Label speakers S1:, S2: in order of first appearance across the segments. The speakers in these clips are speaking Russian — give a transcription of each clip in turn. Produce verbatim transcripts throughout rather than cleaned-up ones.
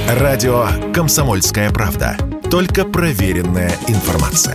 S1: Радио «Комсомольская правда». Только проверенная информация.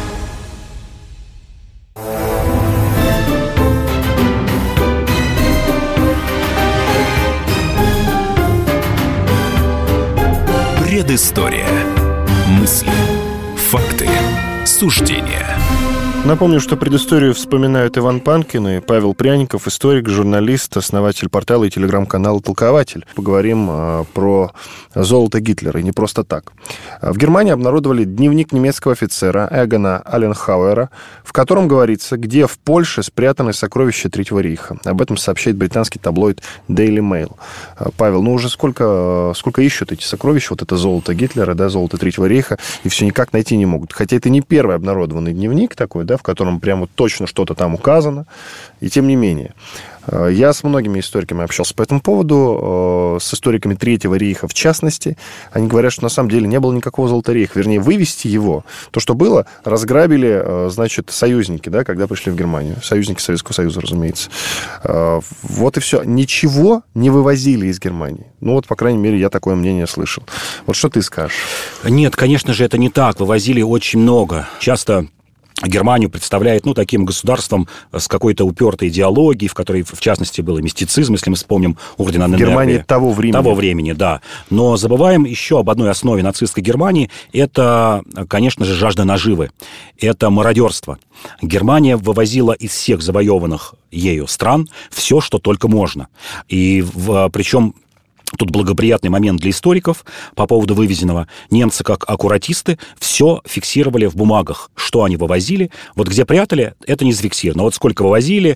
S1: Предыстория. Мысли, факты, суждения.
S2: Напомню, что предысторию вспоминают Иван Панкин и Павел Пряников, историк, журналист, основатель портала и телеграм-канала «Толкователь». Поговорим а, про золото Гитлера, и не просто так. В Германии обнародовали дневник немецкого офицера Эгона Алленхауэра, в котором говорится, где в Польше спрятаны сокровища Третьего рейха. Об этом сообщает британский таблоид Daily Mail. Павел, ну уже сколько, сколько ищут эти сокровища, вот это золото Гитлера, да, золото Третьего рейха, и все никак найти не могут. Хотя это не первый обнародованный дневник такой, да, в котором прямо точно что-то там указано, и тем не менее. Я с многими историками общался по этому поводу, с историками Третьего рейха в частности. Они говорят, что на самом деле не было никакого золота рейха. Вернее, вывести его, то, что было, разграбили, значит, союзники, да, когда пришли в Германию. Союзники Советского Союза, разумеется. Вот и все. Ничего не вывозили из Германии. Ну, вот, по крайней мере, я такое мнение слышал. Вот что ты скажешь?
S3: Нет, конечно же, это не так. Вывозили очень много. Часто Германию представляет, ну, таким государством с какой-то упертой идеологией, в которой, в частности, был и мистицизм, если мы вспомним орден Анненербе.
S2: Германии того времени.
S3: Того времени, да. Но забываем еще об одной основе нацистской Германии. Это, конечно же, жажда наживы. Это мародерство. Германия вывозила из всех завоеванных ею стран все, что только можно. И в, причем... Тут благоприятный момент для историков по поводу вывезенного. Немцы, как аккуратисты, все фиксировали в бумагах, что они вывозили. Вот где прятали, это не зафиксировано. Вот сколько вывозили,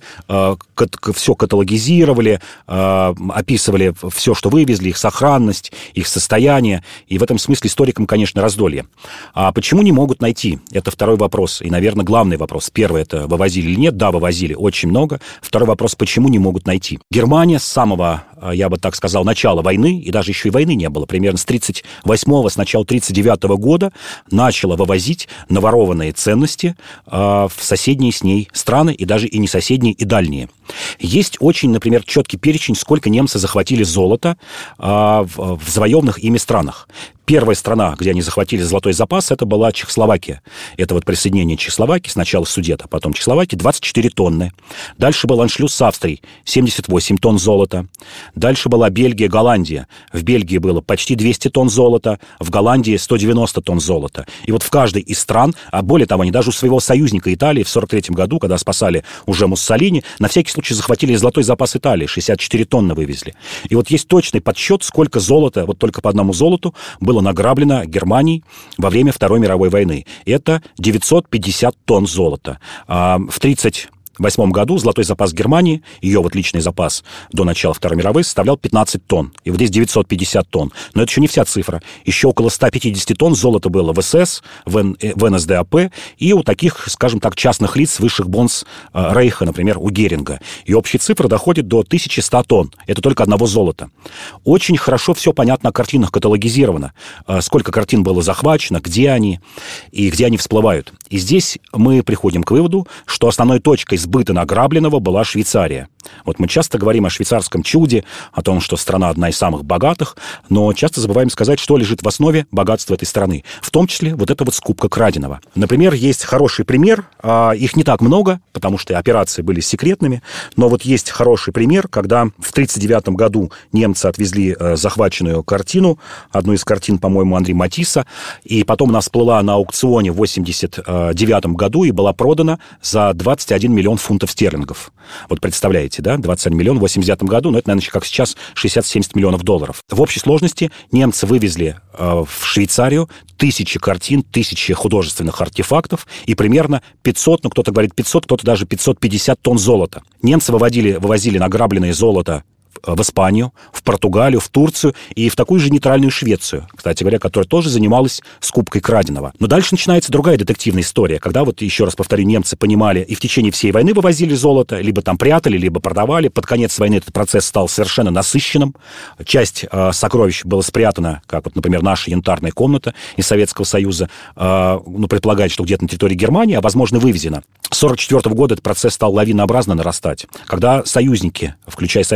S3: все каталогизировали, описывали все, что вывезли, их сохранность, их состояние. И в этом смысле историкам, конечно, раздолье. А почему не могут найти? Это второй вопрос. И, наверное, главный вопрос. Первый – это вывозили или нет? Да, вывозили очень много. Второй вопрос – почему не могут найти? Германия с самого, я бы так сказал, начала войны, и даже еще и войны не было, примерно с тридцать восьмого, с начала тридцать девятого года начала вывозить наворованные ценности э, в соседние с ней страны, и даже и не соседние, и дальние. Есть очень, например, четкий перечень, сколько немцы захватили золота э, в, в завоеванных ими странах. Первая страна, где они захватили золотой запас, это была Чехословакия. Это вот присоединение Чехословакии, сначала Судета, потом Чехословакии, двадцать четыре тонны. Дальше был аншлюз с Австрией, семьдесят восемь тонн золота. Дальше была Бельгия, Голландия. В Бельгии было почти двести тонн золота, в Голландии сто девяносто тонн золота. И вот в каждой из стран, а более того, они даже у своего союзника Италии в сорок третьем году, когда спасали уже Муссолини, на всякий случай захватили золотой запас Италии, шестьдесят четыре тонны вывезли. И вот есть точный подсчет, сколько золота, вот только по одному золоту, было награблено Германией во время Второй мировой войны. Это девятьсот пятьдесят тонн золота. В тридцать восьмом году золотой запас Германии, ее вот личный запас до начала Второй мировой, составлял пятнадцать тонн. И вот здесь девятьсот пятьдесят тонн. Но это еще не вся цифра. Еще около ста пятидесяти тонн золота было в СС, в, Н, в эн эс дэ а пэ и у таких, скажем так, частных лиц высших бонс э, Рейха, например, у Геринга. И общая цифра доходит до тысячи ста тонн. Это только одного золота. Очень хорошо все понятно о картинах, каталогизировано. Э, сколько картин было захвачено, где они и где они всплывают. И здесь мы приходим к выводу, что основной точкой сбыта награбленного была Швейцария. Вот мы часто говорим о швейцарском чуде, о том, что страна одна из самых богатых, но часто забываем сказать, что лежит в основе богатства этой страны. В том числе вот эта вот скупка краденого. Например, есть хороший пример, их не так много, потому что операции были секретными, но вот есть хороший пример, когда в тридцать девятом году немцы отвезли захваченную картину, одну из картин, по-моему, Андре Матисса, и потом она всплыла на аукционе в восемьдесят девятом году и была продана за двадцать один миллион фунтов стерлингов. Вот представляете, да, двадцать один миллион в восемьдесят девятом году, но это, наверное, как сейчас, шестьдесят-семьдесят миллионов долларов. В общей сложности немцы вывезли э, в Швейцарию тысячи картин, тысячи художественных артефактов и примерно пятьсот, ну, кто-то говорит пятьсот, кто-то даже пятьсот пятьдесят тонн золота. Немцы выводили, вывозили награбленное золото в Испанию, в Португалию, в Турцию и в такую же нейтральную Швецию, кстати говоря, которая тоже занималась скупкой краденого. Но дальше начинается другая детективная история, когда, вот еще раз повторю, немцы понимали и в течение всей войны вывозили золото, либо там прятали, либо продавали. Под конец войны этот процесс стал совершенно насыщенным. Часть э, сокровищ была спрятана, как вот, например, наша янтарная комната из Советского Союза, э, ну, предполагает, что где-то на территории Германии, а, возможно, вывезена. С сорок четвёртого года этот процесс стал лавинообразно нарастать, когда союзники, включая Советский Союз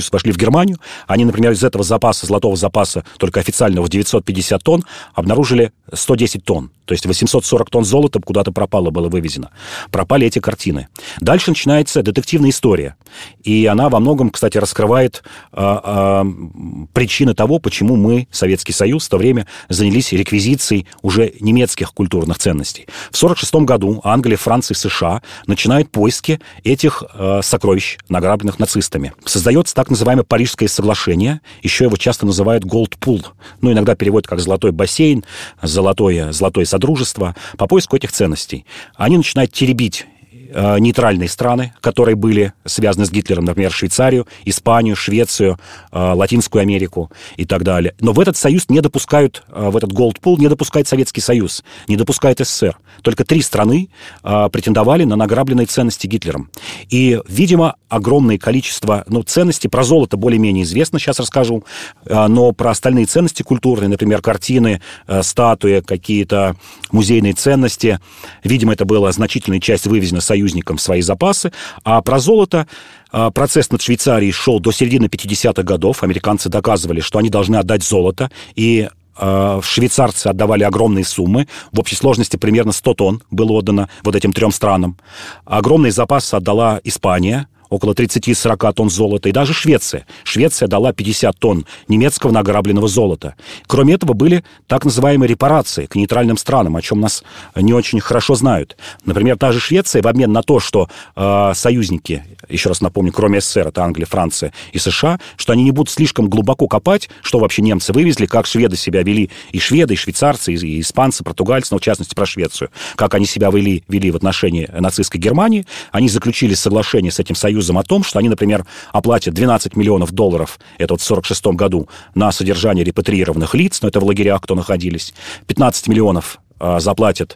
S3: Союз, вошли в Германию. Они, например, из этого запаса, золотого запаса, только официального, в девятьсот пятьдесят тонн, обнаружили сто десять тонн. То есть восемьсот сорок тонн золота куда-то пропало, было вывезено. Пропали эти картины. Дальше начинается детективная история. И она во многом, кстати, раскрывает а, а, причины того, почему мы, Советский Союз, в то время занялись реквизицией уже немецких культурных ценностей. В сорок шестом году Англия, Франция, США начинают поиски этих а, сокровищ, награбленных нацистами. Создается так называемое Парижское соглашение. Еще его часто называют Gold Pool. Ну, иногда переводят как «золотой бассейн», «золотое, золотое содружество», по поиску этих ценностей. Они начинают теребить нейтральные страны, которые были связаны с Гитлером, например, Швейцарию, Испанию, Швецию, Латинскую Америку и так далее. Но в этот союз не допускают, в этот Gold Pool не допускает Советский Союз, не допускает СССР. Только три страны претендовали на награбленные ценности Гитлером. И, видимо, огромное количество, ну, ценностей, про золото более-менее известно, сейчас расскажу, но про остальные ценности культурные, например, картины, статуи, какие-то музейные ценности, видимо, это была значительная часть вывезена союзникам в свои запасы. А про золото процесс над Швейцарией шел до середины пятидесятых годов. Американцы доказывали, что они должны отдать золото, и швейцарцы отдавали огромные суммы. В общей сложности примерно сто тонн было отдано вот этим трем странам. Огромные запасы отдала Испания, около тридцать-сорок тонн золота, и даже Швеция. Швеция дала пятьдесят тонн немецкого награбленного золота. Кроме этого, были так называемые репарации к нейтральным странам, о чем нас не очень хорошо знают. Например, та же Швеция в обмен на то, что э, союзники, еще раз напомню, кроме СССР, это Англия, Франция и США, что они не будут слишком глубоко копать, что вообще немцы вывезли, как шведы себя вели, и шведы, и швейцарцы, и испанцы, португальцы, но в частности про Швецию, как они себя вели, вели в отношении нацистской Германии. Они заключили соглашение с этим союзом о том, что они, например, оплатят двенадцать миллионов долларов, это вот в сорок шестом году, на содержание репатриированных лиц, но это в лагерях, кто находились, пятнадцать миллионов э, заплатят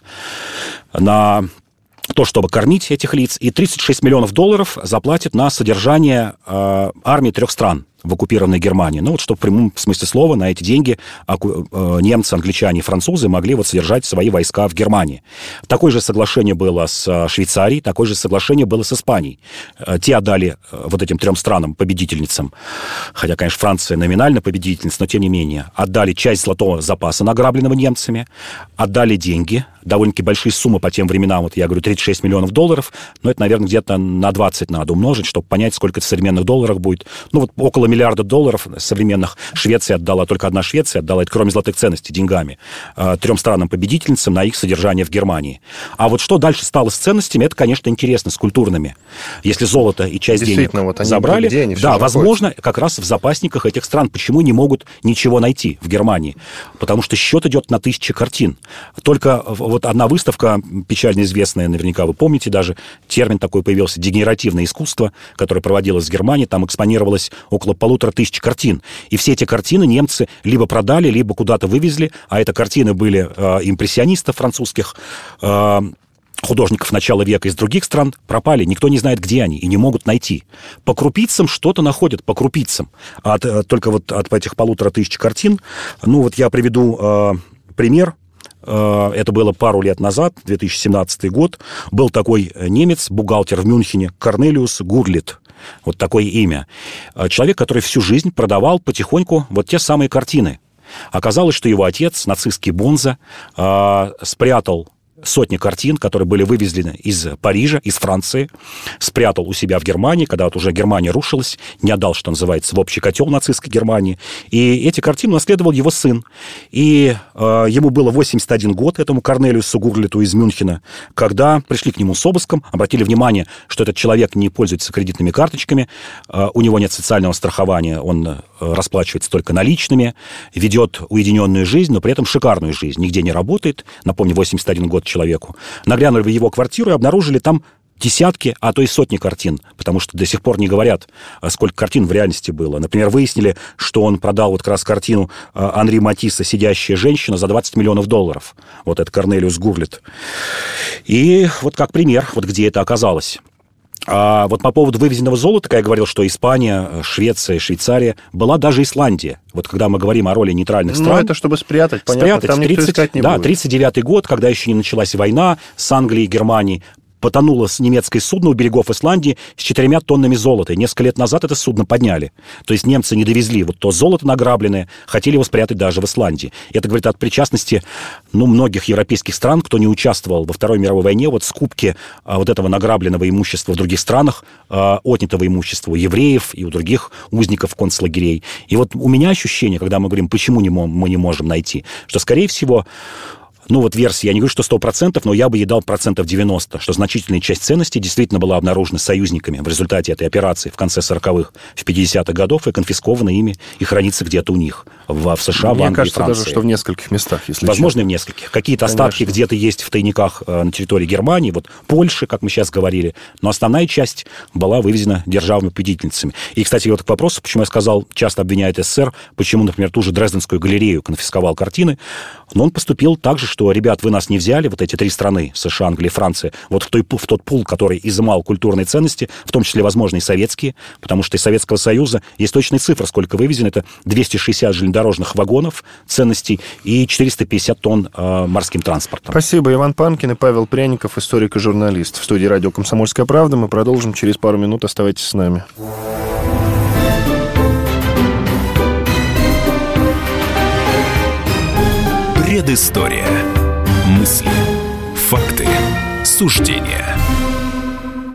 S3: на то, чтобы кормить этих лиц, и тридцать шесть миллионов долларов заплатят на содержание э, армии трех стран в оккупированной Германии. Ну, вот чтобы в прямом смысле слова на эти деньги немцы, англичане и французы могли вот содержать свои войска в Германии. Такое же соглашение было с Швейцарией, такое же соглашение было с Испанией. Те отдали вот этим трем странам, победительницам, хотя, конечно, Франция номинально победительница, но тем не менее, отдали часть золотого запаса, награбленного немцами, отдали деньги, довольно-таки большие суммы по тем временам, вот я говорю, тридцать шесть миллионов долларов, но это, наверное, где-то на двадцать надо умножить, чтобы понять, сколько это в современных долларах будет. Ну, вот около миллиарда долларов современных Швеция отдала, только одна Швеция отдала, это кроме золотых ценностей, деньгами, э, трем странам-победительницам на их содержание в Германии. А вот что дальше стало с ценностями, это, конечно, интересно, с культурными. Если золото и часть денег вот они забрали, где, они да, возможно, находятся как раз в запасниках этих стран. Почему не могут ничего найти в Германии? Потому что счет идет на тысячи картин. Только вот одна выставка, печально известная, наверняка вы помните, даже термин такой появился, дегенеративное искусство, которое проводилось в Германии, там экспонировалось около полутора тысяч картин. И все эти картины немцы либо продали, либо куда-то вывезли, а это картины были э, импрессионистов французских, э, художников начала века из других стран, пропали, никто не знает, где они, и не могут найти. По крупицам что-то находят, по крупицам. От, только вот от этих полутора тысяч картин, ну вот я приведу э, пример. Это было пару лет назад, две тысячи семнадцатый год. Был такой немец, бухгалтер в Мюнхене, Корнелиус Гурлит. Вот такое имя. Человек, который всю жизнь продавал потихоньку вот те самые картины. Оказалось, что его отец, нацистский бонза, спрятал сотни картин, которые были вывезены из Парижа, из Франции, спрятал у себя в Германии, когда вот уже Германия рушилась, не отдал, что называется, в общий котел нацистской Германии. И эти картины наследовал его сын. И э, ему было восемьдесят один год, этому Корнелиусу Гурлиту из Мюнхена, когда пришли к нему с обыском, обратили внимание, что этот человек не пользуется кредитными карточками, э, у него нет социального страхования, он э, расплачивается только наличными, ведет уединенную жизнь, но при этом шикарную жизнь, нигде не работает. Напомню, восемьдесят один год человеку. Наглянули в его квартиру и обнаружили там десятки, а то и сотни картин, потому что до сих пор не говорят, сколько картин в реальности было. Например, выяснили, что он продал вот как раз картину Анри Матисса «Сидящая женщина» за двадцать миллионов долларов. Вот это Корнелиус Гурлит. И вот как пример, вот где это оказалось. А вот по поводу вывезенного золота, как я говорил, что Испания, Швеция, Швейцария, была даже Исландия. Вот когда мы говорим о роли нейтральных стран...
S2: Ну, это чтобы спрятать, понятно,
S3: спрятать.
S2: там никто
S3: тридцать,
S2: искать не
S3: да,
S2: будет.
S3: тридцать девятый год, когда еще не началась война с Англией и Германией, потонуло немецкое судно у берегов Исландии с четырьмя тоннами золота. И несколько лет назад это судно подняли. То есть немцы не довезли вот то золото награбленное, хотели его спрятать даже в Исландии. И это говорит о причастности, ну, многих европейских стран, кто не участвовал во Второй мировой войне, вот скупки а, вот этого награбленного имущества в других странах, а, отнятого имущества у евреев и у других узников концлагерей. И вот у меня ощущение, когда мы говорим, почему не мо- мы не можем найти, что, скорее всего, ну вот версия, я не говорю, что сто процентов, но я бы ей дал процентов девяносто, что значительная часть ценностей действительно была обнаружена союзниками в результате этой операции в конце сороковых, в пятидесятых годов и конфискована ими и хранится где-то у них в, в США,
S2: Мне
S3: в Англии,
S2: кажется,
S3: Франции.
S2: даже, что в нескольких местах, если
S3: Возможно,
S2: честно.
S3: и в нескольких. Какие-то
S2: Конечно.
S3: остатки где-то есть в тайниках на территории Германии, вот Польши, как мы сейчас говорили, но основная часть была вывезена державными победительницами. И, кстати, вот к вопросу, почему я сказал, часто обвиняют СССР, почему, например, ту же Дрезденскую галерею конфисковал картины, но он поступил так же, что, ребят, вы нас не взяли, вот эти три страны, США, Англия и Франция, вот в, той, в тот пул, который изымал культурные ценности, в том числе, возможно, и советские, потому что из Советского Союза есть точная цифра, сколько вывезено, это двести шестьдесят железнодорожных вагонов ценностей и четыреста пятьдесят тонн э, морским транспортом.
S2: Спасибо. Иван Панкин и Павел Пряников, историк и журналист. В студии радио «Комсомольская правда». Мы продолжим через пару минут. Оставайтесь с нами.
S1: Предыстория. Мысли, факты, суждения.